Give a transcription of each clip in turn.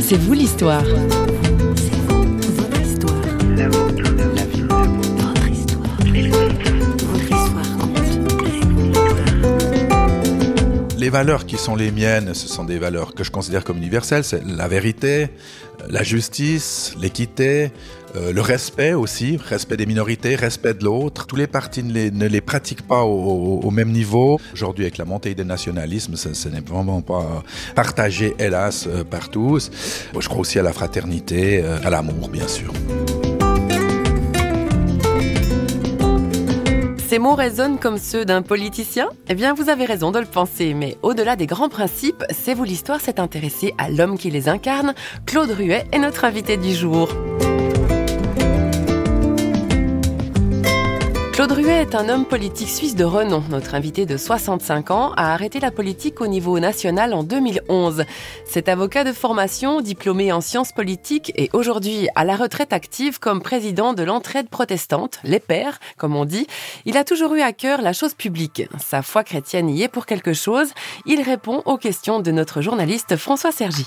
C'est vous l'histoire. La vôtre. La vie. Votre histoire. Votre histoire compte. Les valeurs qui sont les miennes, ce sont des valeurs que je considère comme universelles. C'est la vérité, la justice, l'équité, le respect aussi, respect des minorités, respect de l'autre. Tous les partis ne les pratiquent pas au même niveau. Aujourd'hui, avec la montée des nationalismes, ce n'est vraiment pas partagé, hélas, par tous. Je crois aussi à la fraternité, à l'amour, bien sûr. Ces mots résonnent comme ceux d'un politicien ? Eh bien, vous avez raison de le penser, mais au-delà des grands principes, C'est vous l'histoire s'est intéressé à l'homme qui les incarne. Claude Ruet est notre invité du jour. Claude Ruet est un homme politique suisse de renom. Notre invité de 65 ans a arrêté la politique au niveau national en 2011. Cet avocat de formation, diplômé en sciences politiques, est aujourd'hui à la retraite active comme président de l'entraide protestante, les Pères, comme on dit. Il a toujours eu à cœur la chose publique. Sa foi chrétienne y est pour quelque chose. Il répond aux questions de notre journaliste François Sergi.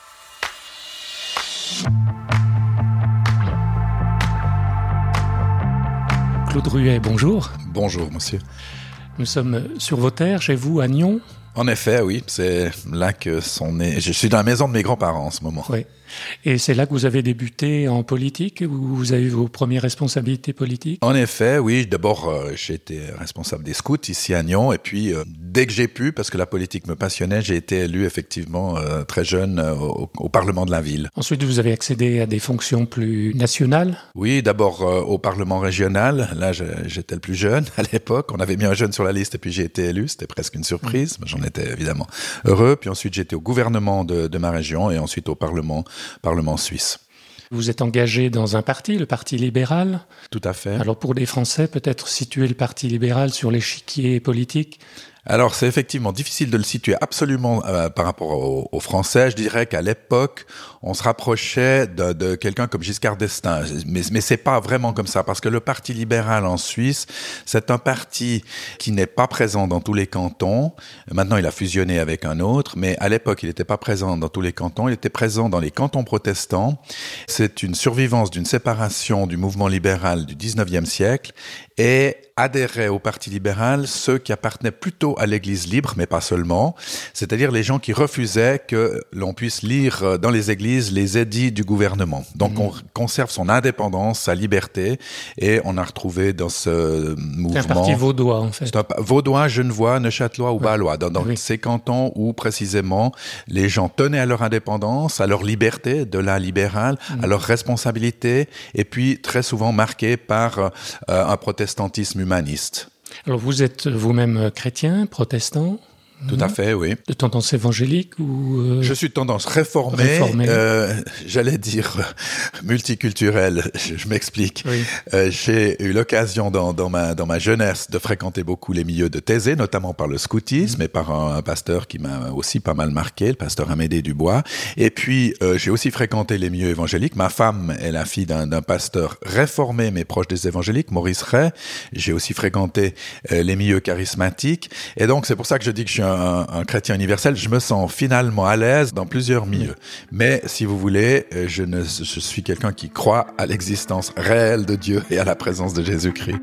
Claude Ruet, bonjour. Bonjour, monsieur. Nous sommes sur vos terres, chez vous, à Nyon. En effet, oui, c'est là que sont nés. Je suis dans la maison de mes grands-parents en ce moment. Oui. Et c'est là que vous avez débuté en politique, où vous avez eu vos premières responsabilités politiques? En effet, oui. D'abord, j'ai été responsable des scouts ici à Nyon. Et puis, dès que j'ai pu, parce que la politique me passionnait, j'ai été élu effectivement très jeune au Parlement de la ville. Ensuite, vous avez accédé à des fonctions plus nationales? Oui, d'abord au Parlement régional. Là, j'étais le plus jeune à l'époque. On avait mis un jeune sur la liste et puis j'ai été élu. C'était presque une surprise. J'en étais évidemment heureux. Puis ensuite, j'étais au gouvernement de ma région et ensuite au Parlement suisse. Vous êtes engagé dans un parti, le Parti libéral. Tout à fait. Alors pour les Français, peut-être situer le Parti libéral sur l'échiquier politique? Alors, c'est effectivement difficile de le situer absolument par rapport aux Français. Je dirais qu'à l'époque, on se rapprochait de quelqu'un comme Giscard d'Estaing. Mais c'est pas vraiment comme ça, parce que le Parti libéral en Suisse, c'est un parti qui n'est pas présent dans tous les cantons. Maintenant, il a fusionné avec un autre, mais à l'époque, il n'était pas présent dans tous les cantons. Il était présent dans les cantons protestants. C'est une survivance d'une séparation du mouvement libéral du 19e siècle et adhéraient au Parti libéral ceux qui appartenaient plutôt à l'Église libre, mais pas seulement, c'est-à-dire les gens qui refusaient que l'on puisse lire dans les églises les édits du gouvernement. Donc on conserve son indépendance, sa liberté, et on a retrouvé dans ce mouvement... C'est un parti vaudois, en fait. C'est un vaudois, genevois, neuchâtelois ou bâlois, dans ces cantons où précisément les gens tenaient à leur indépendance, à leur liberté de la libérale, à leur responsabilité, et puis très souvent marqués par un protestantisme humaniste. Alors vous êtes vous-même chrétien, protestant? Tout à fait, oui. De tendance évangélique ou Je suis de tendance réformée. J'allais dire multiculturelle. Je m'explique. Oui. J'ai eu l'occasion dans ma jeunesse de fréquenter beaucoup les milieux de Thésée, notamment par le scoutisme et par un pasteur qui m'a aussi pas mal marqué, le pasteur Amédée Dubois. Et puis j'ai aussi fréquenté les milieux évangéliques. Ma femme est la fille d'un pasteur réformé mais proche des évangéliques, Maurice Ray. J'ai aussi fréquenté les milieux charismatiques. Et donc c'est pour ça que je dis que je suis un chrétien universel, je me sens finalement à l'aise dans plusieurs milieux. Mais si vous voulez, je suis quelqu'un qui croit à l'existence réelle de Dieu et à la présence de Jésus-Christ.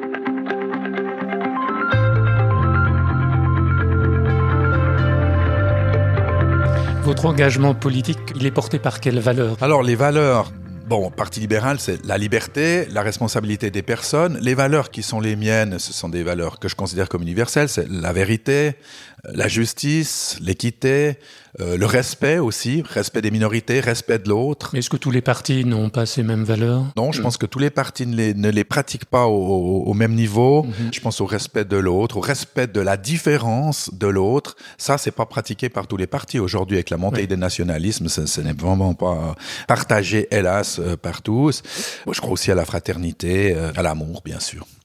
Votre engagement politique, il est porté par quelles valeurs? Alors les valeurs... Bon, Parti libéral, c'est la liberté, la responsabilité des personnes. Les valeurs qui sont les miennes, ce sont des valeurs que je considère comme universelles. C'est la vérité, la justice, l'équité, le respect aussi, respect des minorités, respect de l'autre. Mais est-ce que tous les partis n'ont pas ces mêmes valeurs? Non, je pense que tous les partis ne les pratiquent pas au même niveau. Je pense au respect de l'autre, au respect de la différence de l'autre. Ça, c'est pas pratiqué par tous les partis. Aujourd'hui, avec la montée des nationalismes, ce n'est vraiment pas partagé, hélas, par tous. Je crois aussi à la fraternité, à l'amour, bien sûr.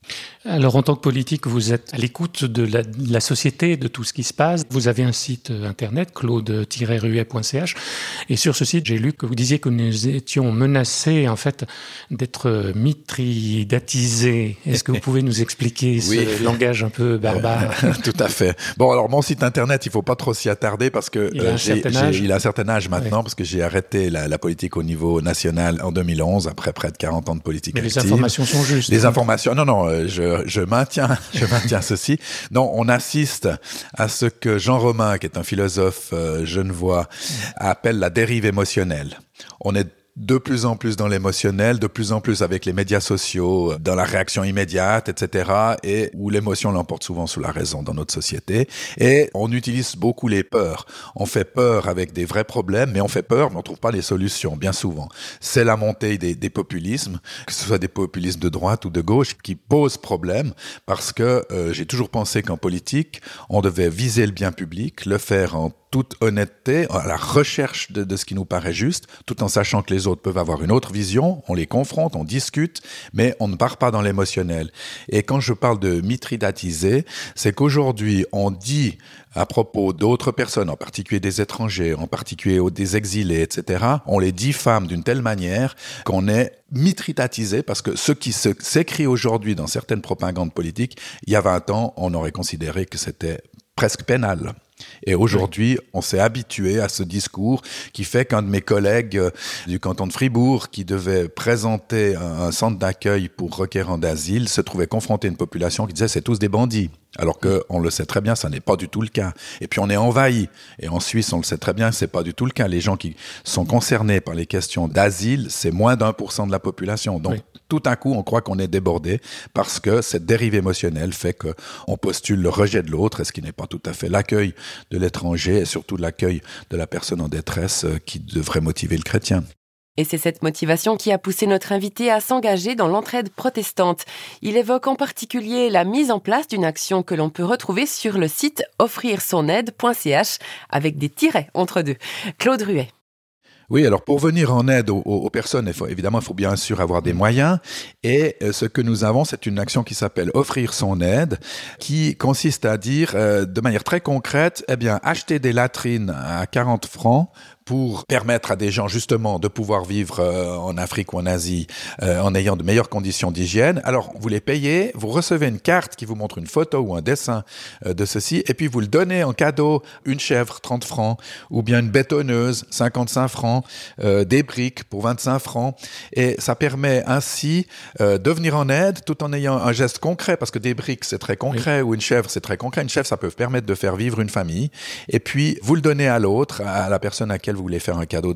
Alors, en tant que politique, vous êtes à l'écoute de la société, de tout ce qui se passe. Vous avez un site internet, claude-ruet.ch. Et sur ce site, j'ai lu que vous disiez que nous étions menacés, en fait, d'être mithridatisés. Est-ce que vous pouvez nous expliquer ce langage un peu barbare? Tout à fait. Bon, alors, mon site internet, il faut pas trop s'y attarder parce que il a un certain âge maintenant, parce que j'ai arrêté la politique au niveau national en 2011, après près de 40 ans de politique active. Mais les informations sont justes. Les informations, non, je maintiens ceci. Non, on assiste à ce que Jean Romain, qui est un philosophe genevois, appelle la dérive émotionnelle. On est de plus en plus dans l'émotionnel, de plus en plus avec les médias sociaux, dans la réaction immédiate, etc. et où l'émotion l'emporte souvent sur la raison dans notre société. Et on utilise beaucoup les peurs. On fait peur avec des vrais problèmes, mais on fait peur, mais on trouve pas les solutions, bien souvent. C'est la montée des populismes, que ce soit des populismes de droite ou de gauche, qui posent problème, parce que j'ai toujours pensé qu'en politique, on devait viser le bien public, le faire en toute honnêteté, à la recherche de ce qui nous paraît juste, tout en sachant que les autres peuvent avoir une autre vision, on les confronte, on discute, mais on ne part pas dans l'émotionnel. Et quand je parle de mithridatiser, c'est qu'aujourd'hui, on dit à propos d'autres personnes, en particulier des étrangers, en particulier des exilés, etc., on les diffame d'une telle manière qu'on est mithridatisé, parce que ce qui s'écrit aujourd'hui dans certaines propagandes politiques, il y a 20 ans, on aurait considéré que c'était presque pénal. Et aujourd'hui, on s'est habitué à ce discours qui fait qu'un de mes collègues du canton de Fribourg, qui devait présenter un centre d'accueil pour requérants d'asile, se trouvait confronté à une population qui disait « c'est tous des bandits ». Alors qu'on le sait très bien, ça n'est pas du tout le cas. Et puis on est envahi. Et en Suisse, on le sait très bien, c'est pas du tout le cas. Les gens qui sont concernés par les questions d'asile, c'est moins d'1% de la population. Donc tout à coup, on croit qu'on est débordé parce que cette dérive émotionnelle fait qu'on postule le rejet de l'autre, et ce qui n'est pas tout à fait l'accueil de l'étranger et surtout l'accueil de la personne en détresse qui devrait motiver le chrétien. Et c'est cette motivation qui a poussé notre invité à s'engager dans l'entraide protestante. Il évoque en particulier la mise en place d'une action que l'on peut retrouver sur le site offrirsonaide.ch avec des tirets entre deux. Claude Ruet. Oui, alors pour venir en aide aux personnes, il faut bien sûr avoir des moyens. Et ce que nous avons, c'est une action qui s'appelle Offrir son aide, qui consiste à dire de manière très concrète, acheter des latrines à 40 francs pour permettre à des gens justement de pouvoir vivre en Afrique ou en Asie en ayant de meilleures conditions d'hygiène. Alors, vous les payez, vous recevez une carte qui vous montre une photo ou un dessin de ceci, et puis vous le donnez en cadeau, une chèvre, 30 francs, ou bien une bétonneuse, 55 francs, des briques pour 25 francs. Et ça permet ainsi de venir en aide tout en ayant un geste concret, parce que des briques, c'est très concret, ou une chèvre, c'est très concret. Une chèvre, ça peut permettre de faire vivre une famille. Et puis, vous le donnez à l'autre, à la personne à laquelle vous voulez faire un cadeau.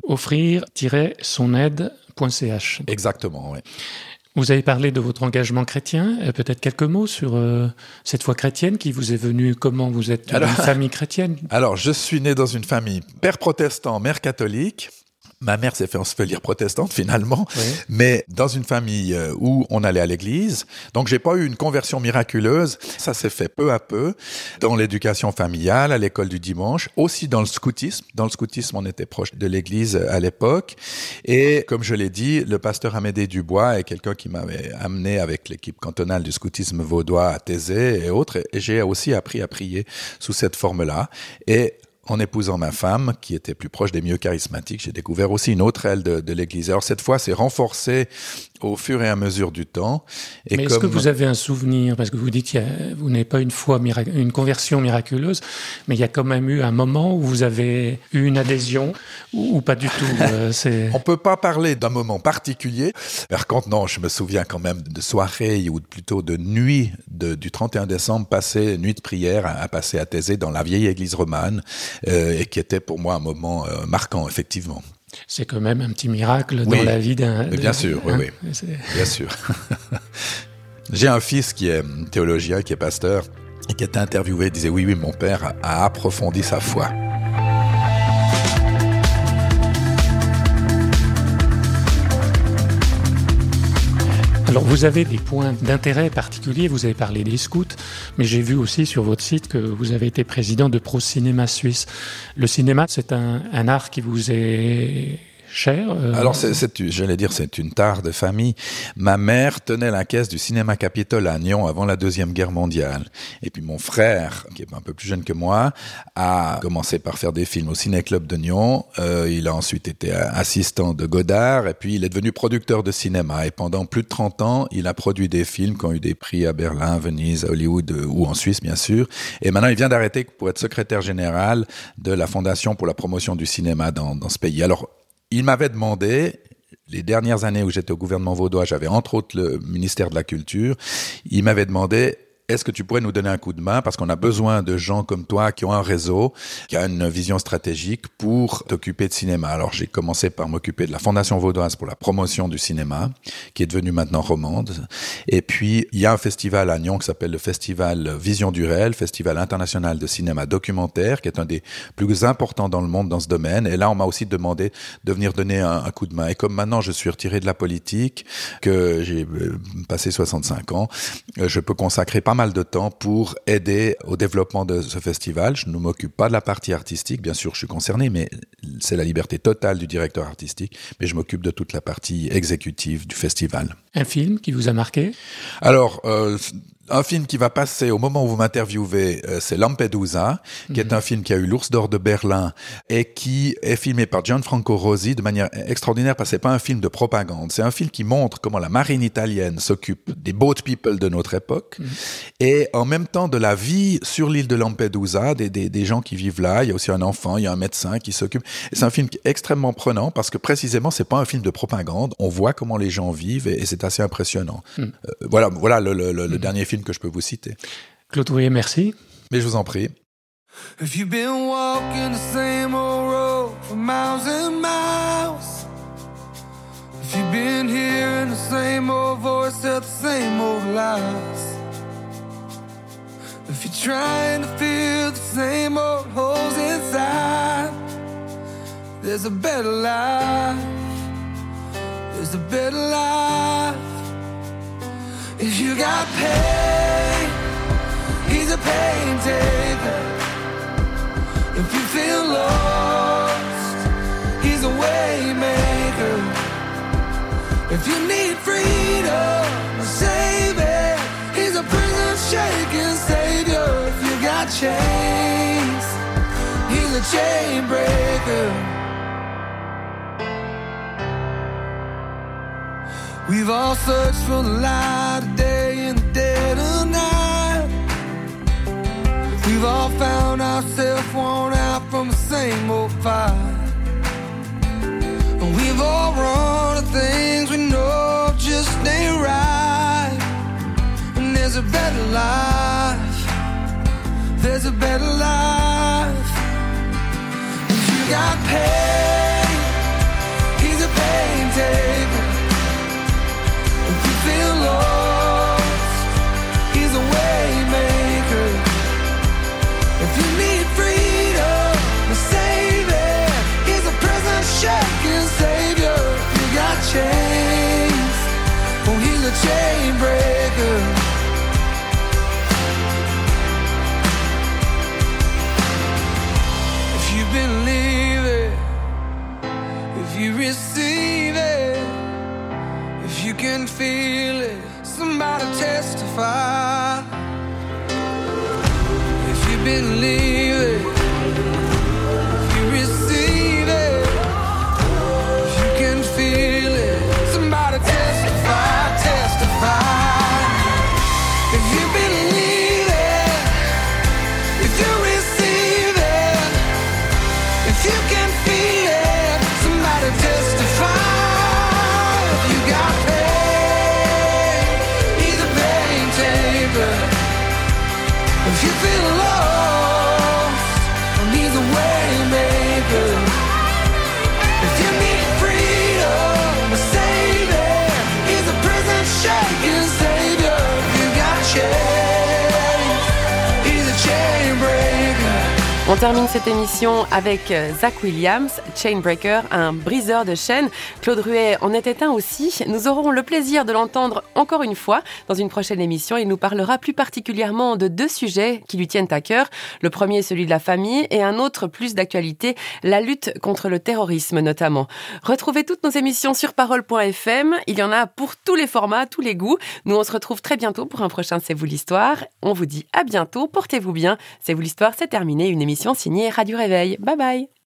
Offrir-sonaide.ch. Exactement, oui. Vous avez parlé de votre engagement chrétien. Peut-être quelques mots sur cette foi chrétienne qui vous est venue. Comment vous êtes d'une famille chrétienne? Alors, je suis né dans une famille père protestant, mère catholique. Ma mère s'est fait ensevelir protestante finalement, mais dans une famille où on allait à l'église. Donc j'ai pas eu une conversion miraculeuse. Ça s'est fait peu à peu dans l'éducation familiale, à l'école du dimanche, aussi dans le scoutisme. Dans le scoutisme, on était proche de l'église à l'époque. Et comme je l'ai dit, le pasteur Amédée Dubois est quelqu'un qui m'avait amené avec l'équipe cantonale du scoutisme vaudois à Thésée et autres. Et j'ai aussi appris à prier sous cette forme-là. Et en épousant ma femme, qui était plus proche des milieux charismatiques, j'ai découvert aussi une autre aile de l'Église. Alors cette fois, c'est renforcé au fur et à mesure du temps. Et mais est-ce que vous avez un souvenir, parce que vous dites que vous n'avez pas une conversion miraculeuse, mais il y a quand même eu un moment où vous avez eu une adhésion ou pas du tout On peut pas parler d'un moment particulier. Par contre, non, je me souviens quand même de soirées ou plutôt de nuit du 31 décembre, nuit de prière à passer à Thésée dans la vieille église romane, et qui était pour moi un moment marquant, effectivement. C'est quand même un petit miracle dans la vie d'un... Bien sûr, oui. Bien sûr. J'ai un fils qui est théologien, qui est pasteur, et qui était interviewé, il disait oui, mon père a approfondi sa foi. Alors, vous avez des points d'intérêt particuliers, vous avez parlé des scouts, mais j'ai vu aussi sur votre site que vous avez été président de Pro Cinéma Suisse. Le cinéma, c'est un art qui vous est cher. Alors, j'allais dire, c'est une tare de famille. Ma mère tenait la caisse du Cinéma Capitole à Nyon avant la Deuxième Guerre mondiale. Et puis mon frère, qui est un peu plus jeune que moi, a commencé par faire des films au Ciné-Club de Nyon. Il a ensuite été assistant de Godard et puis il est devenu producteur de cinéma. Et pendant plus de 30 ans, il a produit des films qui ont eu des prix à Berlin, Venise, Hollywood ou en Suisse, bien sûr. Et maintenant, il vient d'arrêter pour être secrétaire général de la Fondation pour la promotion du cinéma dans ce pays. Alors, il m'avait demandé, les dernières années où j'étais au gouvernement vaudois, j'avais entre autres le ministère de la Culture, il m'avait demandé: est-ce que tu pourrais nous donner un coup de main parce qu'on a besoin de gens comme toi qui ont un réseau, qui a une vision stratégique pour t'occuper de cinéma. Alors j'ai commencé par m'occuper de la Fondation vaudoise pour la promotion du cinéma, qui est devenue maintenant romande. Et puis il y a un festival à Nyon qui s'appelle le Festival Vision du Réel, Festival international de cinéma documentaire, qui est un des plus importants dans le monde dans ce domaine. Et là on m'a aussi demandé de venir donner un coup de main. Et comme maintenant je suis retiré de la politique, que j'ai passé 65 ans, je peux consacrer pas mal de temps pour aider au développement de ce festival. Je ne m'occupe pas de la partie artistique, bien sûr je suis concerné, mais c'est la liberté totale du directeur artistique, mais je m'occupe de toute la partie exécutive du festival. Un film qui vous a marqué ? Alors, un film qui va passer au moment où vous m'interviewez, c'est Lampedusa, qui est un film qui a eu l'Ours d'Or de Berlin et qui est filmé par Gianfranco Rosi de manière extraordinaire parce que c'est pas un film de propagande. C'est un film qui montre comment la marine italienne s'occupe des boat people de notre époque et en même temps de la vie sur l'île de Lampedusa, des gens qui vivent là. Il y a aussi un enfant, il y a un médecin qui s'occupe. Et c'est un film qui est extrêmement prenant parce que précisément, c'est pas un film de propagande. On voit comment les gens vivent et c'est assez impressionnant. Voilà le dernier film que je peux vous citer. Claude Rouillet, merci. Mais je vous en prie. If you've been walking the same old road for miles and miles, if you've been hearing the same old voice tell the same old lies, if you're trying to fill the same old holes inside, there's a better life, there's a better life. If you got pain, he's a pain taker. If you feel lost, he's a way maker. If you need freedom, a savior, he's a prison shaking savior. If you got chains, he's a chain breaker. We've all searched for the light of day in the dead of night. We've all found ourselves worn out from the same old fight. And we've all run to things we know just ain't right. And there's a better life, there's a better life. If you got pain, he's a pain taker. If you feel lost, he's a way maker. If you need freedom, a savior, he's a prison shaking savior. If you got chains, oh, he's a chain breaker. If you believe it, if you receive it, if you can feel it, somebody testify. If you believe it, if you receive it, if you can feel it, somebody testify, testify. If you believe it, if you receive it, if you can feel it, somebody testify. If you got pain, he's a pain taker. If you feel lost, he's a way maker. If you need freedom, a savior, he's a prison shaking savior. If you got chains, he's a chain breaker. On termine cette émission avec Zach Williams, Chainbreaker, un briseur de chaînes. Claude Ruet en était un aussi. Nous aurons le plaisir de l'entendre encore une fois dans une prochaine émission. Il nous parlera plus particulièrement de 2 sujets qui lui tiennent à cœur. Le premier, celui de la famille, et un autre plus d'actualité, la lutte contre le terrorisme notamment. Retrouvez toutes nos émissions sur parole.fm. Il y en a pour tous les formats, tous les goûts. Nous, on se retrouve très bientôt pour un prochain C'est vous l'histoire. On vous dit à bientôt. Portez-vous bien. C'est vous l'histoire, c'est terminé. Une émission signée Radio Réveil. Bye bye.